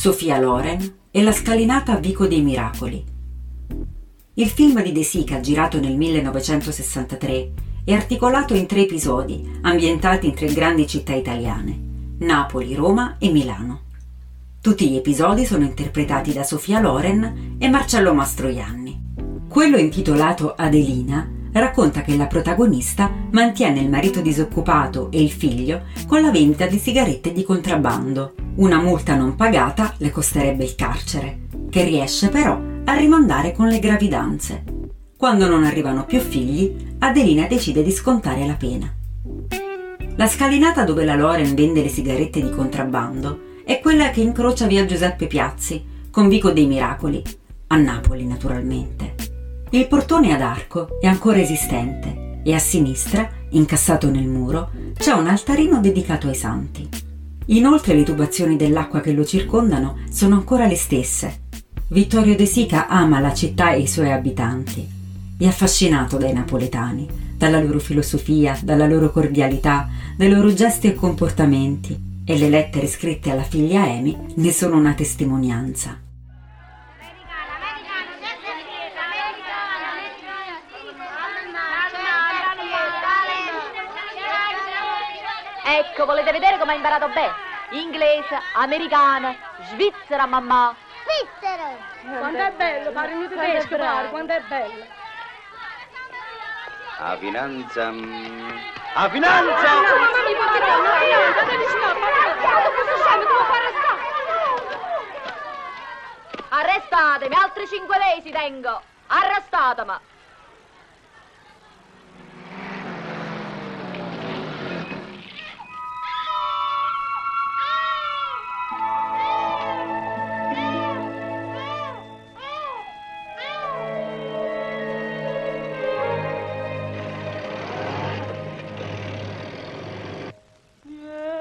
Sophia Loren e la scalinata a Vico dei Miracoli. Il film di De Sica, girato nel 1963, è articolato in 3 episodi, ambientati in 3 grandi città italiane: Napoli, Roma e Milano. Tutti gli episodi sono interpretati da Sophia Loren e Marcello Mastroianni. Quello intitolato Adelina racconta che la protagonista mantiene il marito disoccupato e il figlio con la vendita di sigarette di contrabbando. Una multa non pagata le costerebbe il carcere, che riesce però a rimandare con le gravidanze. Quando non arrivano più figli, Adelina decide di scontare la pena. La scalinata dove la Loren vende le sigarette di contrabbando è quella che incrocia via Giuseppe Piazzi con Vico dei Miracoli, a Napoli naturalmente. Il portone ad arco è ancora esistente e a sinistra, incassato nel muro, c'è un altarino dedicato ai santi. Inoltre le tubazioni dell'acqua che lo circondano sono ancora le stesse. Vittorio De Sica ama la città e i suoi abitanti. È affascinato dai napoletani, dalla loro filosofia, dalla loro cordialità, dai loro gesti e comportamenti, e le lettere scritte alla figlia Amy ne sono una testimonianza. Ecco, volete vedere come ha imparato bene? Inglese, americano, svizzera, mamma. Svizzero! Quanto è bello, pare un tedesco, pare, quanto è bello. A finanza... A finanza! Arrestatemi, altri 5 lei si tengo. Arrestatemi.